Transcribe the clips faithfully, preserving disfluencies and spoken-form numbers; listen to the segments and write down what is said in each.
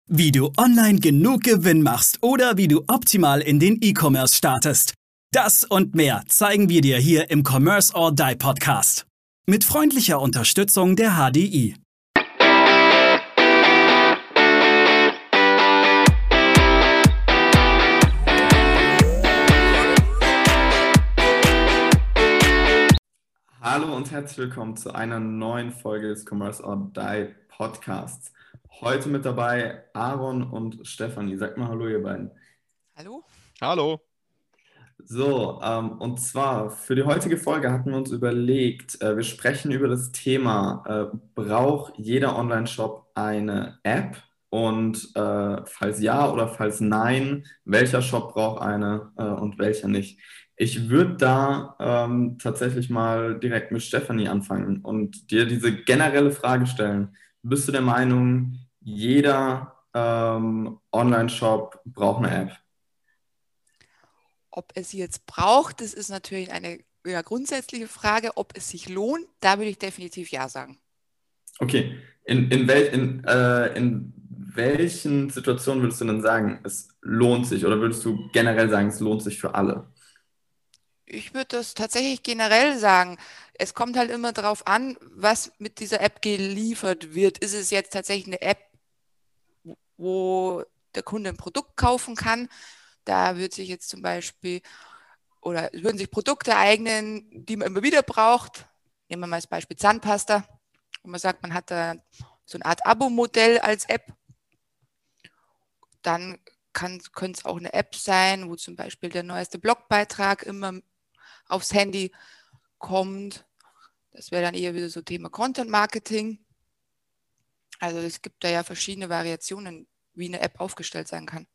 Wie du online genug Gewinn machst oder wie du optimal in den E-Commerce startest. Das und mehr zeigen wir dir hier im Commerce or Die Podcast. Mit freundlicher Unterstützung der H D I. Hallo und herzlich willkommen zu einer neuen Folge des Commerce or Die Podcasts. Heute mit dabei Aaron und Stefanie. Sagt mal Hallo, ihr beiden. Hallo. Hallo. So, ähm, und zwar für die heutige Folge hatten wir uns überlegt, äh, wir sprechen über das Thema, äh, braucht jeder Online-Shop eine App? Und äh, falls ja oder falls nein, welcher Shop braucht eine äh, und welcher nicht? Ich würde da ähm, tatsächlich mal direkt mit Stefanie anfangen und dir diese generelle Frage stellen. Bist du der Meinung, jeder ähm, Online-Shop braucht eine App? Ob es sie jetzt braucht, das ist natürlich eine eher grundsätzliche Frage. Ob es sich lohnt, da würde ich definitiv ja sagen. Okay, in, in, wel, in, äh, in welchen Situationen würdest du denn sagen, es lohnt sich? Oder würdest du generell sagen, es lohnt sich für alle? Ich würde das tatsächlich generell sagen. Es kommt halt immer darauf an, was mit dieser App geliefert wird. Ist es jetzt tatsächlich eine App, wo der Kunde ein Produkt kaufen kann? Da wird sich jetzt zum Beispiel, oder würden sich Produkte eignen, die man immer wieder braucht. Nehmen wir mal als Beispiel Zahnpasta. Und man sagt, man hat da so eine Art Abo-Modell als App. Dann kann, könnte es auch eine App sein, wo zum Beispiel der neueste Blogbeitrag immer aufs Handy kommt. Das wäre dann eher wieder so Thema Content Marketing. Also es gibt da ja verschiedene Variationen, wie eine App aufgestellt sein kann.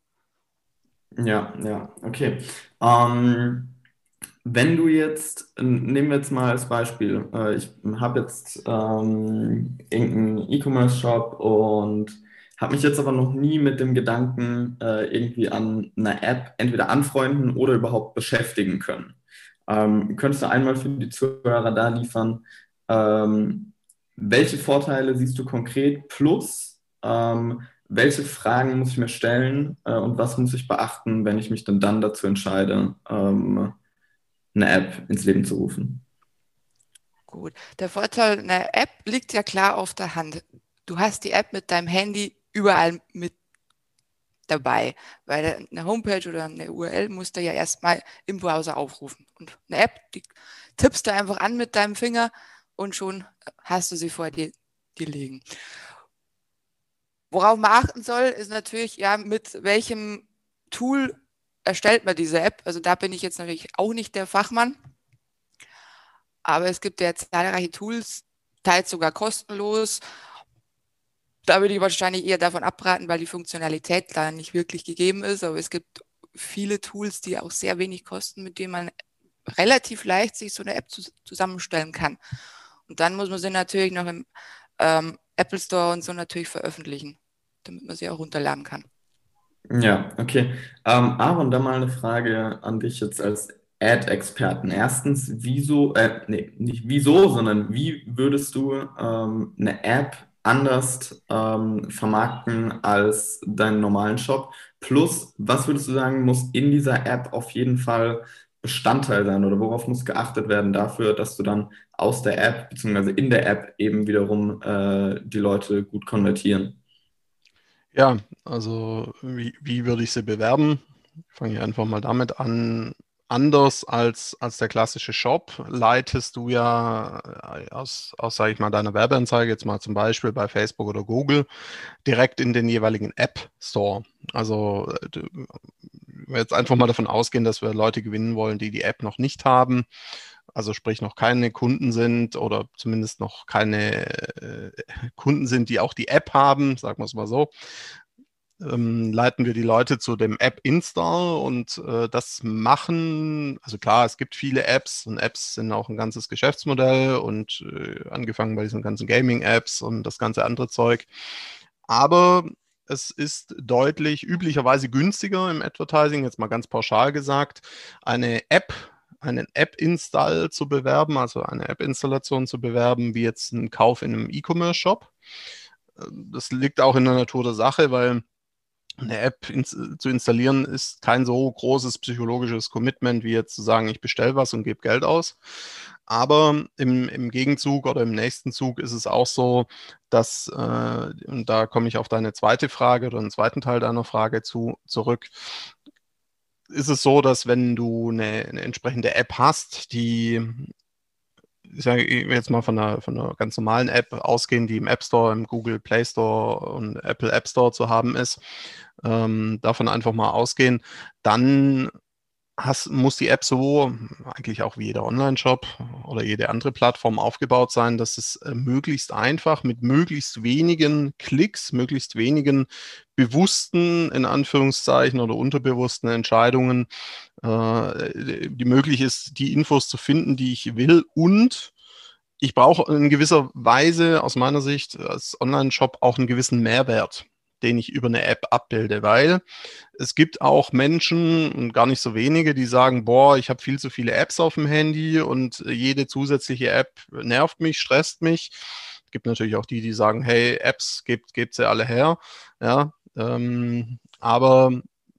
Ja, ja, okay. Ähm, wenn du jetzt, äh, nehmen wir jetzt mal als Beispiel, äh, ich habe jetzt ähm, irgendeinen E-Commerce-Shop und habe mich jetzt aber noch nie mit dem Gedanken äh, irgendwie an einer App entweder anfreunden oder überhaupt beschäftigen können. Ähm, könntest du einmal für die Zuhörer da liefern, ähm, welche Vorteile siehst du konkret plus ähm, welche Fragen muss ich mir stellen äh, und was muss ich beachten, wenn ich mich dann, dann dazu entscheide, ähm, eine App ins Leben zu rufen? Gut, der Vorteil einer App liegt ja klar auf der Hand. Du hast die App mit deinem Handy überall mit dabei, weil eine Homepage oder eine U R L musst du ja erstmal im Browser aufrufen. Und eine App, die tippst du einfach an mit deinem Finger und schon hast du sie vor dir, dir liegen. Worauf man achten soll, ist natürlich, ja, mit welchem Tool erstellt man diese App. Also da bin ich jetzt natürlich auch nicht der Fachmann. Aber es gibt ja zahlreiche Tools, teils sogar kostenlos. Da würde ich wahrscheinlich eher davon abraten, weil die Funktionalität da nicht wirklich gegeben ist. Aber es gibt viele Tools, die auch sehr wenig kosten, mit denen man relativ leicht sich so eine App zusammenstellen kann. Und dann muss man sie natürlich noch im ähm, Apple Store und so natürlich veröffentlichen, damit man sie auch runterladen kann. Ja, okay. Ähm, Aaron, da mal eine Frage an dich jetzt als Ad-Experten. Erstens, wieso, äh, nee, nicht wieso, sondern wie würdest du ähm, eine App anders ähm, vermarkten als deinen normalen Shop? Plus, was würdest du sagen, muss in dieser App auf jeden Fall Bestandteil sein oder worauf muss geachtet werden dafür, dass du dann aus der App beziehungsweise in der App eben wiederum äh, die Leute gut konvertieren? Ja, also wie, wie würde ich sie bewerben? Fange ich einfach mal damit an. Anders als, als der klassische Shop leitest du ja äh, aus, aus, sage ich mal, deiner Werbeanzeige, jetzt mal zum Beispiel bei Facebook oder Google, direkt in den jeweiligen App Store. Also äh, du- wenn wir jetzt einfach mal davon ausgehen, dass wir Leute gewinnen wollen, die die App noch nicht haben, also sprich noch keine Kunden sind oder zumindest noch keine äh, Kunden sind, die auch die App haben, sagen wir es mal so, ähm, leiten wir die Leute zu dem App-Install und äh, das machen, also klar, es gibt viele Apps und Apps sind auch ein ganzes Geschäftsmodell und äh, angefangen bei diesen ganzen Gaming-Apps und das ganze andere Zeug. Aber es ist deutlich üblicherweise günstiger im Advertising, jetzt mal ganz pauschal gesagt, eine App, einen App-Install zu bewerben, also eine App-Installation zu bewerben, wie jetzt ein Kauf in einem E-Commerce-Shop. Das liegt auch in der Natur der Sache, weil eine App ins, zu installieren ist kein so großes psychologisches Commitment, wie jetzt zu sagen, ich bestelle was und gebe Geld aus. Aber im, im Gegenzug oder im nächsten Zug ist es auch so, dass, äh, und da komme ich auf deine zweite Frage oder den zweiten Teil deiner Frage zu, zurück, ist es so, dass wenn du eine, eine entsprechende App hast, die, ich sage jetzt mal von einer, von einer ganz normalen App ausgehen, die im App Store, im Google Play Store und Apple App Store zu haben ist, ähm, davon einfach mal ausgehen, dann hast, muss die App so, eigentlich auch wie jeder Online-Shop oder jede andere Plattform aufgebaut sein, dass es äh, möglichst einfach mit möglichst wenigen Klicks, möglichst wenigen bewussten, in Anführungszeichen, oder unterbewussten Entscheidungen, äh, die möglich ist, die Infos zu finden, die ich will. Und ich brauche in gewisser Weise aus meiner Sicht als Online-Shop auch einen gewissen Mehrwert, den ich über eine App abbilde, weil es gibt auch Menschen und gar nicht so wenige, die sagen, boah, ich habe viel zu viele Apps auf dem Handy und jede zusätzliche App nervt mich, stresst mich. Es gibt natürlich auch die, die sagen, hey, Apps, gebt, gebt sie alle her. Ja, ähm, aber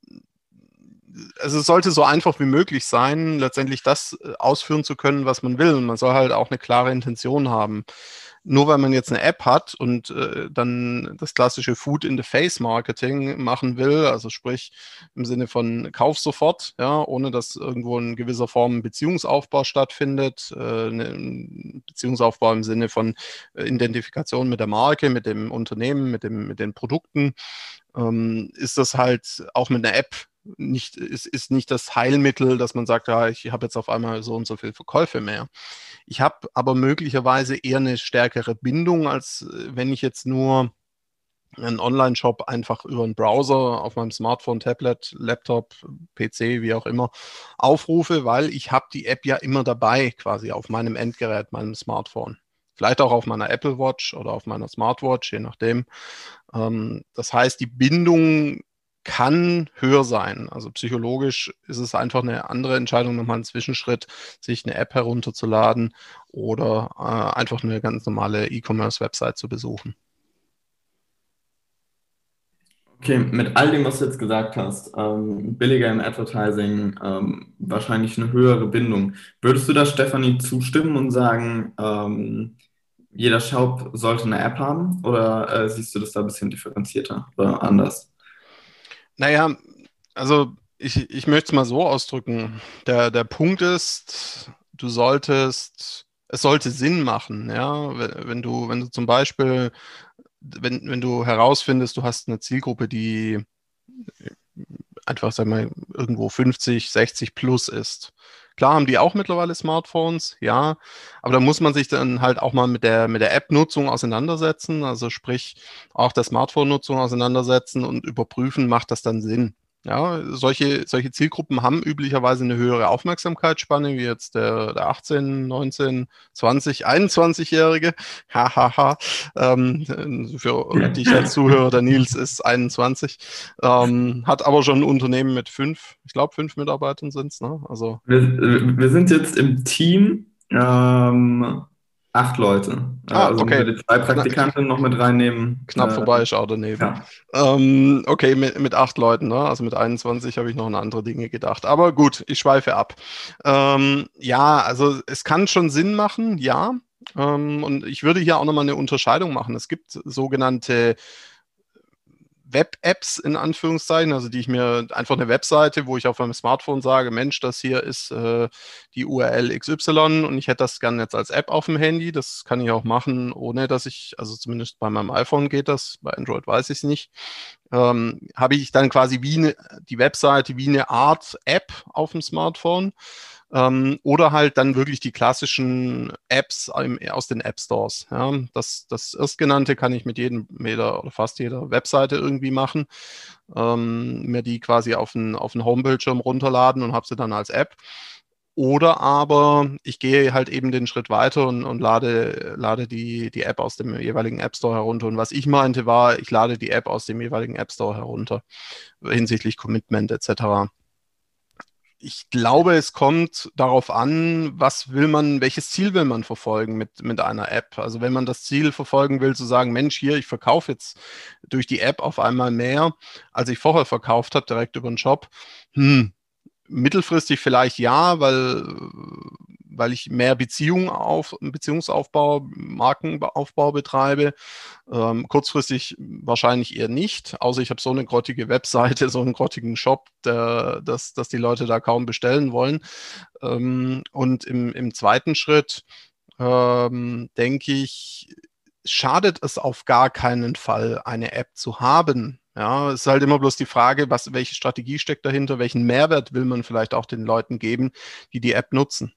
also es sollte so einfach wie möglich sein, letztendlich das ausführen zu können, was man will. Und man soll halt auch eine klare Intention haben. Nur weil man jetzt eine App hat und äh, dann das klassische Food-in-the-Face-Marketing machen will, also sprich im Sinne von Kauf sofort, ja, ohne dass irgendwo in gewisser Form ein Beziehungsaufbau stattfindet, äh, ein Beziehungsaufbau im Sinne von äh, Identifikation mit der Marke, mit dem Unternehmen, mit dem, mit den Produkten, ähm, ist das halt auch mit einer App nicht, ist, ist nicht das Heilmittel, dass man sagt, ja, ich habe jetzt auf einmal so und so viele Verkäufe mehr. Ich habe aber möglicherweise eher eine stärkere Bindung, als wenn ich jetzt nur einen Online-Shop einfach über einen Browser auf meinem Smartphone, Tablet, Laptop, P C, wie auch immer, aufrufe, weil ich habe die App ja immer dabei, quasi auf meinem Endgerät, meinem Smartphone. Vielleicht auch auf meiner Apple Watch oder auf meiner Smartwatch, je nachdem. Ähm, das heißt, die Bindung kann höher sein. Also psychologisch ist es einfach eine andere Entscheidung, nochmal ein Zwischenschritt, sich eine App herunterzuladen oder äh, einfach eine ganz normale E-Commerce-Website zu besuchen. Okay, mit all dem, was du jetzt gesagt hast, ähm, billiger im Advertising, ähm, wahrscheinlich eine höhere Bindung. Würdest du da Stefanie zustimmen und sagen, ähm, jeder Shop sollte eine App haben? Oder äh, siehst du das da ein bisschen differenzierter oder anders? Naja, also ich, ich möchte es mal so ausdrücken. Der, der Punkt ist, du solltest, es sollte Sinn machen, ja. Wenn, wenn du, wenn du zum Beispiel, wenn, wenn du herausfindest, du hast eine Zielgruppe, die einfach, sag mal, irgendwo fünfzig, sechzig plus ist. Klar haben die auch mittlerweile Smartphones, ja, aber da muss man sich dann halt auch mal mit der, mit der App-Nutzung auseinandersetzen, also sprich auch der Smartphone-Nutzung auseinandersetzen und überprüfen, macht das dann Sinn? Ja, solche, solche Zielgruppen haben üblicherweise eine höhere Aufmerksamkeitsspanne, wie jetzt der, der achtzehn, neunzehn, zwanzig, einundzwanzig-Jährige. Hahaha. Ähm, für dich als Zuhörer, der Nils ist einundzwanzig, ähm, hat aber schon ein Unternehmen mit fünf, ich glaube fünf Mitarbeitern sind es, ne? Also Wir, wir sind jetzt im Team ähm, acht Leute. Äh, Ah, also wenn wir okay. die zwei Kna Praktikanten noch mit reinnehmen. knapp Äh, vorbei, schau daneben. ja. Ähm, okay, mit, mit acht Leuten, ne? Also mit einundzwanzig habe ich noch an andere Dinge gedacht. Aber gut, ich schweife ab. Ähm, ja, also es kann schon Sinn machen, ja. Ähm, und ich würde hier auch nochmal eine Unterscheidung machen. Es gibt sogenannte Web-Apps in Anführungszeichen, also die ich mir einfach eine Webseite, wo ich auf meinem Smartphone sage, Mensch, das hier ist äh, die U R L X Y und ich hätte das gerne jetzt als App auf dem Handy. Das kann ich auch machen, ohne dass ich, also zumindest bei meinem iPhone geht das, bei Android weiß ich es nicht. Ähm, habe ich dann quasi wie eine, die Webseite wie eine Art App auf dem Smartphone. Ähm, oder halt dann wirklich die klassischen Apps im, aus den App Stores. Ja. Das, das Erstgenannte kann ich mit jedem, jeder oder fast jeder Webseite irgendwie machen. Ähm, mir die quasi auf den, auf den Homebildschirm runterladen und habe sie dann als App. Oder aber ich gehe halt eben den Schritt weiter und, und lade, lade die, die App aus dem jeweiligen App Store herunter. Und was ich meinte war, ich lade die App aus dem jeweiligen App Store herunter hinsichtlich Commitment et cetera. ich glaube, es kommt darauf an, was will man, welches Ziel will man verfolgen mit, mit einer App. Also wenn man das Ziel verfolgen will, zu sagen, Mensch, hier, ich verkaufe jetzt durch die App auf einmal mehr, als ich vorher verkauft habe, direkt über den Shop, hm, mittelfristig vielleicht ja, weil, weil ich mehr Beziehung auf, Beziehungsaufbau, Markenaufbau betreibe. Ähm, kurzfristig wahrscheinlich eher nicht, außer ich habe so eine grottige Webseite, so einen grottigen Shop, der, dass, dass die Leute da kaum bestellen wollen. Ähm, und im, im zweiten Schritt ähm, denke ich, schadet es auf gar keinen Fall, eine App zu haben. Ja, es ist halt immer bloß die Frage, was, welche Strategie steckt dahinter, welchen Mehrwert will man vielleicht auch den Leuten geben, die die App nutzen.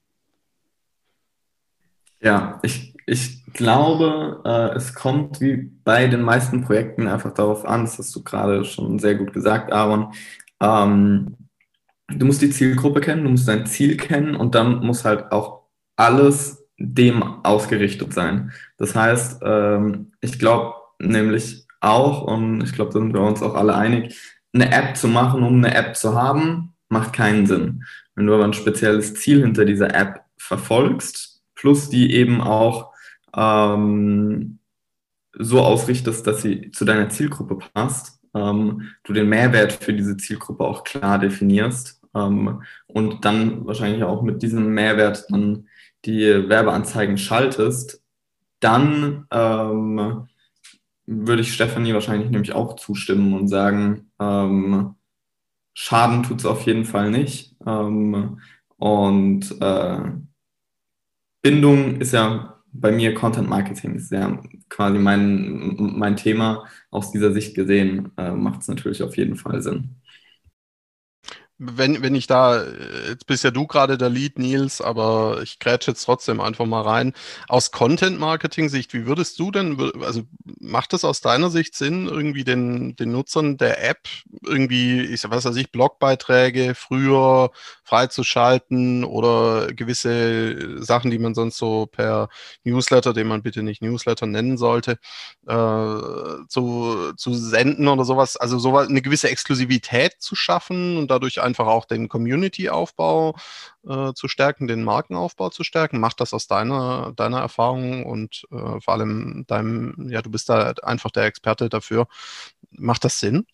Ja, ich, ich glaube, äh, es kommt wie bei den meisten Projekten einfach darauf an, das hast du gerade schon sehr gut gesagt, Aaron. Ähm, du musst die Zielgruppe kennen, du musst dein Ziel kennen und dann muss halt auch alles dem ausgerichtet sein. Das heißt, ähm, ich glaube nämlich auch, und ich glaube, da sind wir uns auch alle einig, eine App zu machen, um eine App zu haben, macht keinen Sinn. Wenn du aber ein spezielles Ziel hinter dieser App verfolgst, plus die eben auch ähm, so ausrichtest, dass sie zu deiner Zielgruppe passt, ähm, du den Mehrwert für diese Zielgruppe auch klar definierst ähm, und dann wahrscheinlich auch mit diesem Mehrwert dann die Werbeanzeigen schaltest, dann ähm, würde ich Stefanie wahrscheinlich nämlich auch zustimmen und sagen, ähm, Schaden tut es auf jeden Fall nicht. Ähm, und äh, Bindung ist ja bei mir Content Marketing, ist ja quasi mein, mein Thema. Aus dieser Sicht gesehen äh, macht es natürlich auf jeden Fall Sinn. Wenn, wenn ich da, jetzt bist ja du gerade der Lead, Nils, aber ich grätsche jetzt trotzdem einfach mal rein. Aus Content-Marketing-Sicht, wie würdest du denn, also macht es aus deiner Sicht Sinn, irgendwie den, den Nutzern der App irgendwie, ich weiß weiß ich, Blogbeiträge früher freizuschalten oder gewisse Sachen, die man sonst so per Newsletter, den man bitte nicht Newsletter nennen sollte, äh, zu, zu senden oder sowas, also sowas, eine gewisse Exklusivität zu schaffen und dadurch einfach auch den Community-Aufbau äh, zu stärken, den Markenaufbau zu stärken? Macht das aus deiner, deiner Erfahrung und äh, vor allem deinem, ja, du bist da einfach der Experte dafür, macht das Sinn?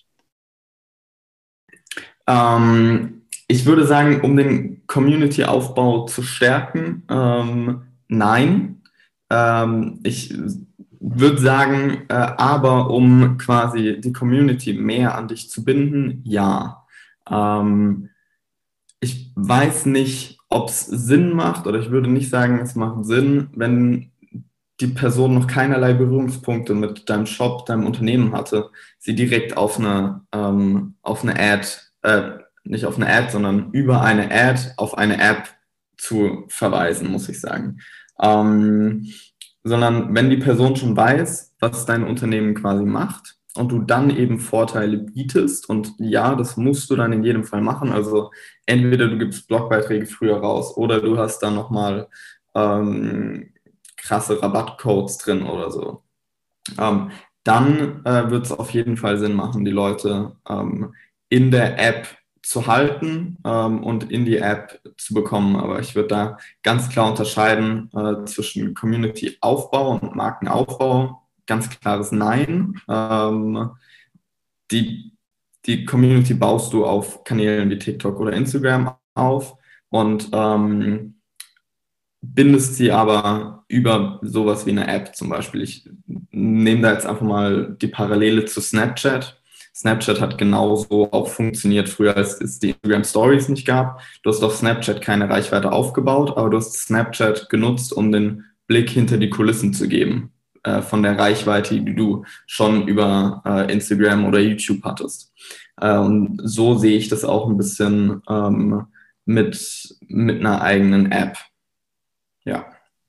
Ähm, ich würde sagen, um den Community-Aufbau zu stärken, ähm, nein. Ähm, ich würde sagen, äh, aber um quasi die Community mehr an dich zu binden, ja. Ähm, ich weiß nicht, ob es Sinn macht, oder ich würde nicht sagen, es macht Sinn, wenn die Person noch keinerlei Berührungspunkte mit deinem Shop, deinem Unternehmen hatte, sie direkt auf eine, ähm, auf eine Ad, äh, nicht auf eine Ad, sondern über eine Ad auf eine App zu verweisen, muss ich sagen. Ähm, sondern wenn die Person schon weiß, was dein Unternehmen quasi macht und du dann eben Vorteile bietest, und ja, das musst du dann in jedem Fall machen, also entweder du gibst Blogbeiträge früher raus oder du hast dann nochmal ähm, krasse Rabattcodes drin oder so. Ähm, dann äh, wird es auf jeden Fall Sinn machen, die Leute ähm, in der App zu halten ähm, und in die App zu bekommen. Aber ich würde da ganz klar unterscheiden äh, zwischen Community-Aufbau und Markenaufbau. Ganz klares Nein. Ähm, die, die Community baust du auf Kanälen wie TikTok oder Instagram auf und ähm, bindest sie aber über sowas wie eine App zum Beispiel. Ich nehme da jetzt einfach mal die Parallele zu Snapchat. Snapchat hat genauso auch funktioniert früher, als es die Instagram Stories nicht gab. Du hast auf Snapchat keine Reichweite aufgebaut, aber du hast Snapchat genutzt, um den Blick hinter die Kulissen zu geben, äh, von der Reichweite, die du schon über äh, Instagram oder YouTube hattest. Äh, und so sehe ich das auch ein bisschen ähm, mit, mit einer eigenen App. Ja.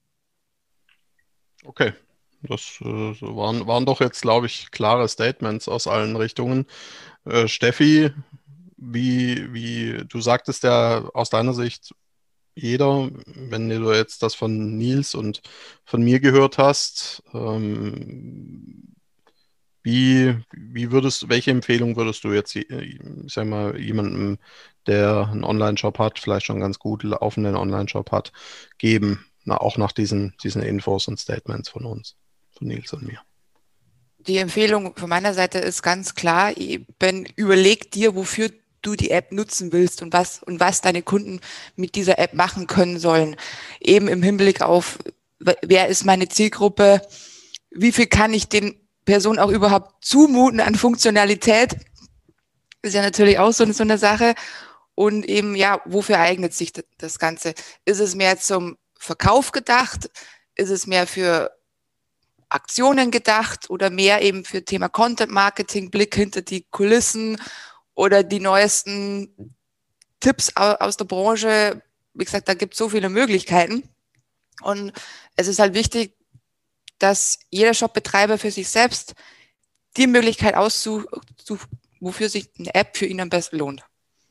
Okay, das äh, so waren, waren doch jetzt, glaube ich, klare Statements aus allen Richtungen. Äh, Steffi, wie, wie du sagtest ja aus deiner Sicht, jeder, wenn du jetzt das von Nils und von mir gehört hast, ähm, Wie, wie würdest, welche Empfehlung würdest du jetzt, ich sag mal, jemandem, der einen Online-Shop hat, vielleicht schon ganz gut laufenden Online-Shop hat, geben, na, auch nach diesen, diesen Infos und Statements von uns, von Nils und mir? Die Empfehlung von meiner Seite ist ganz klar, eben überleg dir, wofür du die App nutzen willst und was, und was deine Kunden mit dieser App machen können sollen. Eben im Hinblick auf, wer ist meine Zielgruppe, wie viel kann ich den Personen auch überhaupt zumuten an Funktionalität, ist ja natürlich auch so, so eine Sache. Und eben, ja, wofür eignet sich das Ganze? Ist es mehr zum Verkauf gedacht? Ist es mehr für Aktionen gedacht oder mehr eben für Thema Content Marketing, Blick hinter die Kulissen oder die neuesten Tipps aus der Branche? Wie gesagt, da gibt es so viele Möglichkeiten. Und es ist halt wichtig, dass jeder Shopbetreiber für sich selbst die Möglichkeit aussucht, wofür sich eine App für ihn am besten lohnt.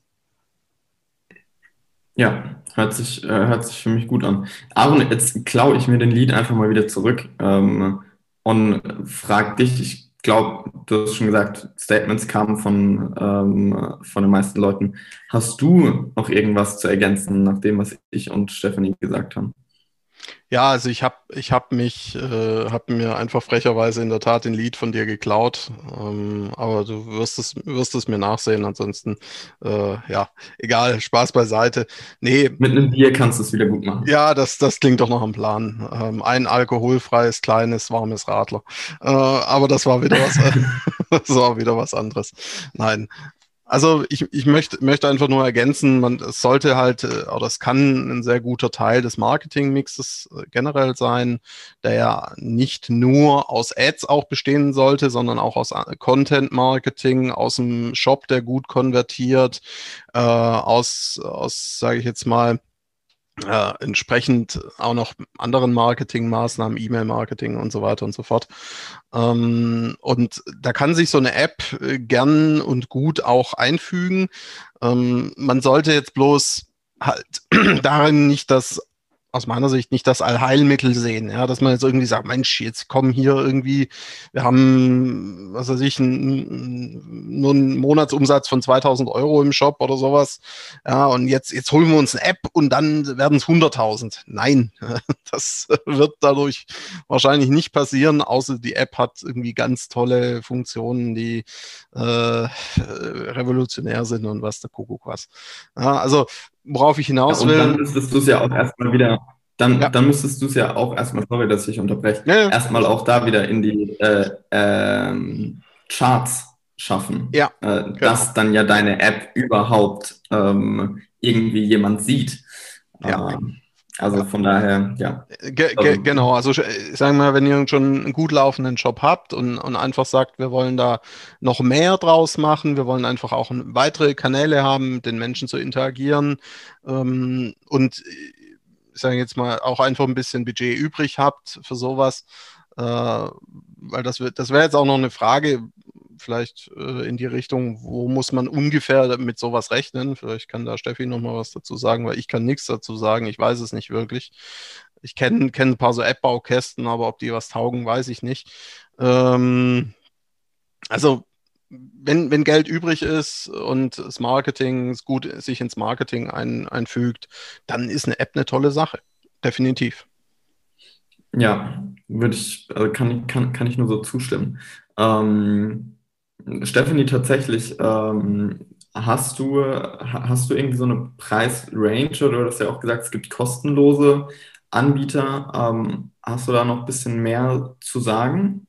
Ja, hört sich, äh, hört sich für mich gut an. Aaron, jetzt klaue ich mir den Lead einfach mal wieder zurück ähm, und frage dich, ich glaube, du hast schon gesagt, Statements kamen von, ähm, von den meisten Leuten. Hast du noch irgendwas zu ergänzen nach dem, was ich und Stephanie gesagt haben? Ja, also ich habe ich hab mich, äh, habe mir einfach frecherweise in der Tat den Lead von dir geklaut, ähm, aber du wirst es, wirst es mir nachsehen, ansonsten, äh, ja, egal, Spaß beiseite. Nee, Mit einem Bier kannst du es wieder gut machen. ja, das, das klingt doch nach einem Plan. Ähm, ein alkoholfreies, kleines, warmes Radler. Äh, aber das war wieder was, das war wieder was anderes. Nein. Also ich, ich möchte, möchte einfach nur ergänzen, man, es sollte halt, oder es kann ein sehr guter Teil des Marketingmixes generell sein, der ja nicht nur aus Ads auch bestehen sollte, sondern auch aus Content-Marketing, aus dem Shop, der gut konvertiert, äh, aus, aus sage ich jetzt mal, äh, entsprechend auch noch anderen Marketingmaßnahmen, E-Mail-Marketing und so weiter und so fort. Ähm, und da kann sich so eine App äh, gern und gut auch einfügen. Ähm, man sollte jetzt bloß halt darin nicht das, aus meiner Sicht, nicht das Allheilmittel sehen, ja, dass man jetzt irgendwie sagt, Mensch, jetzt kommen hier irgendwie, wir haben, was weiß ich, ein, nur einen Monatsumsatz von zweitausend Euro im Shop oder sowas, ja, und jetzt, jetzt holen wir uns eine App und dann werden es hunderttausend. Nein, das wird dadurch wahrscheinlich nicht passieren, außer die App hat irgendwie ganz tolle Funktionen, die äh, revolutionär sind und was der Kuckuck was. Ja, also, worauf ich hinaus Ja, und will. dann müsstest du es ja auch erstmal wieder, dann, Ja. dann müsstest du es ja auch erstmal, sorry, dass ich unterbreche, Ja, ja. erstmal auch da wieder in die äh, ähm, Charts schaffen, Ja, äh, genau. dass dann ja deine App überhaupt ähm, irgendwie jemand sieht. Ja. Ähm, also Ja. von daher, ja. Ge ge Also, genau, also äh, sagen wir mal, wenn ihr schon einen gut laufenden Job habt und, und einfach sagt, wir wollen da noch mehr draus machen, wir wollen einfach auch weitere Kanäle haben, mit den Menschen zu interagieren ähm, und ich sage jetzt mal auch einfach ein bisschen Budget übrig habt für sowas, äh, weil das wird, das wäre jetzt auch noch eine Frage, vielleicht äh, in die Richtung, wo muss man ungefähr mit sowas rechnen? Vielleicht kann da Steffi noch mal was dazu sagen, weil ich kann nichts dazu sagen. Ich weiß es nicht wirklich. Ich kenne kenn ein paar so App-Baukästen, aber ob die was taugen, weiß ich nicht. Ähm, also wenn, wenn Geld übrig ist und das Marketing gut sich ins Marketing ein, einfügt, dann ist eine App eine tolle Sache. Definitiv. ja, würde ich, also kann, kann, kann ich nur so zustimmen. Ähm, Stephanie, tatsächlich, ähm, hast du, ha- hast du irgendwie so eine Preisrange oder du hast ja auch gesagt, es gibt kostenlose Anbieter. Ähm, hast du da noch ein bisschen mehr zu sagen?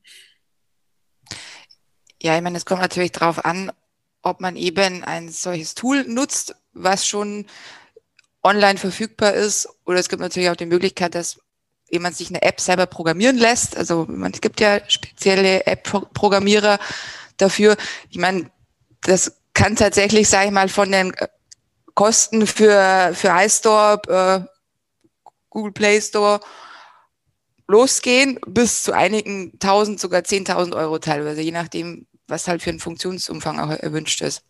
Ja, ich meine, es kommt natürlich darauf an, ob man eben ein solches Tool nutzt, was schon online verfügbar ist, oder es gibt natürlich auch die Möglichkeit, dass jemand sich eine App selber programmieren lässt. Also man, es gibt ja spezielle App-Programmierer dafür. Ich meine, das kann tatsächlich, sage ich mal, von den Kosten für, für iStore, äh, Google Play Store losgehen bis zu einigen tausend, sogar zehntausend Euro teilweise, je nachdem, was halt für ein Funktionsumfang auch erwünscht ist.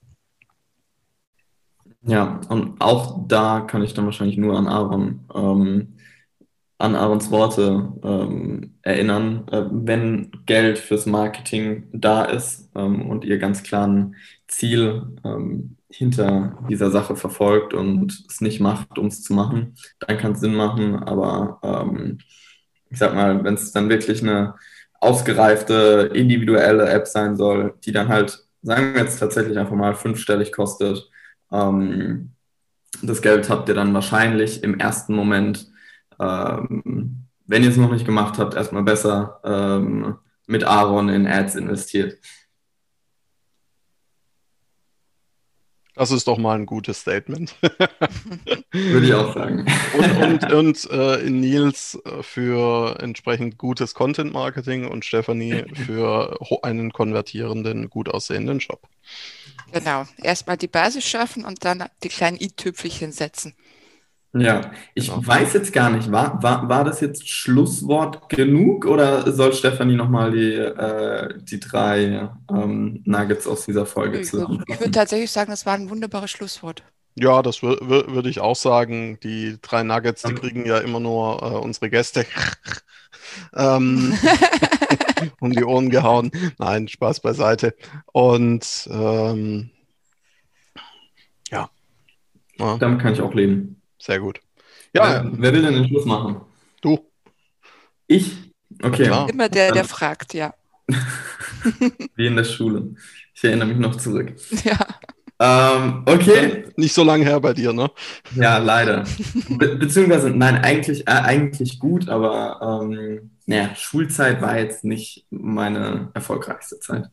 Ja, und auch da kann ich dann wahrscheinlich nur an Aaron ähm, an Aarons Worte ähm, erinnern. Äh, wenn Geld fürs Marketing da ist ähm, und ihr ganz klar ein Ziel ähm, hinter dieser Sache verfolgt und es nicht macht, um es zu machen, dann kann es Sinn machen. Aber ähm, ich sag mal, wenn es dann wirklich eine ausgereifte, individuelle App sein soll, die dann halt, sagen wir jetzt tatsächlich einfach mal fünfstellig kostet, ähm, das Geld habt ihr dann wahrscheinlich im ersten Moment, ähm, wenn ihr es noch nicht gemacht habt, erstmal besser ähm, mit Aaron in Ads investiert. Das ist doch mal ein gutes Statement. Würde ich auch sagen. Und, und, und äh, in Nils für entsprechend gutes Content-Marketing und Stefanie für einen konvertierenden, gut aussehenden Shop. Genau. Erstmal die Basis schaffen und dann die kleinen i-Tüpfelchen setzen. Ja, ich Genau. weiß jetzt gar nicht, war, war, war das jetzt Schlusswort genug oder soll Stefanie nochmal die, äh, die drei ähm, Nuggets aus dieser Folge Ich würde zusammenfassen? würd tatsächlich sagen, das war ein wunderbares Schlusswort. Ja, das wür- wür- würde ich auch sagen. Die drei Nuggets, die kriegen ja immer nur äh, unsere Gäste ähm, um die Ohren gehauen. Nein, Spaß beiseite. Und ähm, ja. ja, Damit kann ich auch leben. sehr gut. Ja, Wer, wer will denn den Schluss machen? du. Ich? Okay. klar. Immer der, der Dann- fragt, ja. Wie in der Schule. Ich erinnere mich noch zurück. Ja. Ähm, okay. Nicht so lange her bei dir, ne? Ja, leider. Be beziehungsweise, nein, eigentlich, äh, eigentlich gut, aber ähm, naja, Schulzeit war jetzt nicht meine erfolgreichste Zeit.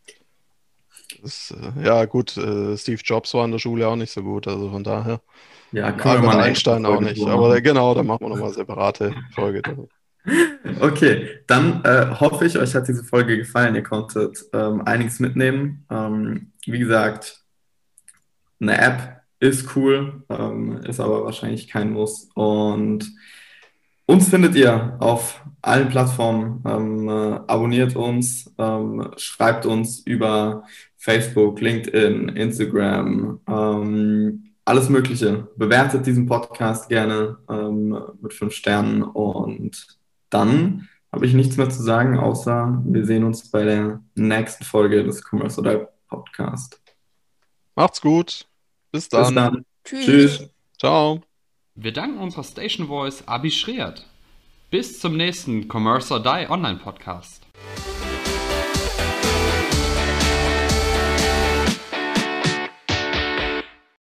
Das, äh, ja, gut, äh, Steve Jobs war in der Schule auch nicht so gut, also von daher. Ja, können wir Albert mal eine Einstein extra auch Folge nicht. drüber Aber machen. genau, da machen wir nochmal eine separate Folge. Okay, dann äh, hoffe ich, euch hat diese Folge gefallen. Ihr konntet ähm, einiges mitnehmen. Ähm, wie gesagt, eine App ist cool, ähm, ist aber wahrscheinlich kein Muss. Und uns findet ihr auf allen Plattformen. Ähm, äh, abonniert uns, ähm, schreibt uns über Facebook, LinkedIn, Instagram, ähm, alles Mögliche. Bewertet diesen Podcast gerne ähm, mit fünf Sternen und dann habe ich nichts mehr zu sagen, außer wir sehen uns bei der nächsten Folge des Commerce oder Podcast. Macht's gut. Bis dann. Bis dann. Tschüss. Tschüss. Ciao. Wir danken unserer Station Voice Abi Schreert. Bis zum nächsten Commerce or Die Online Podcast.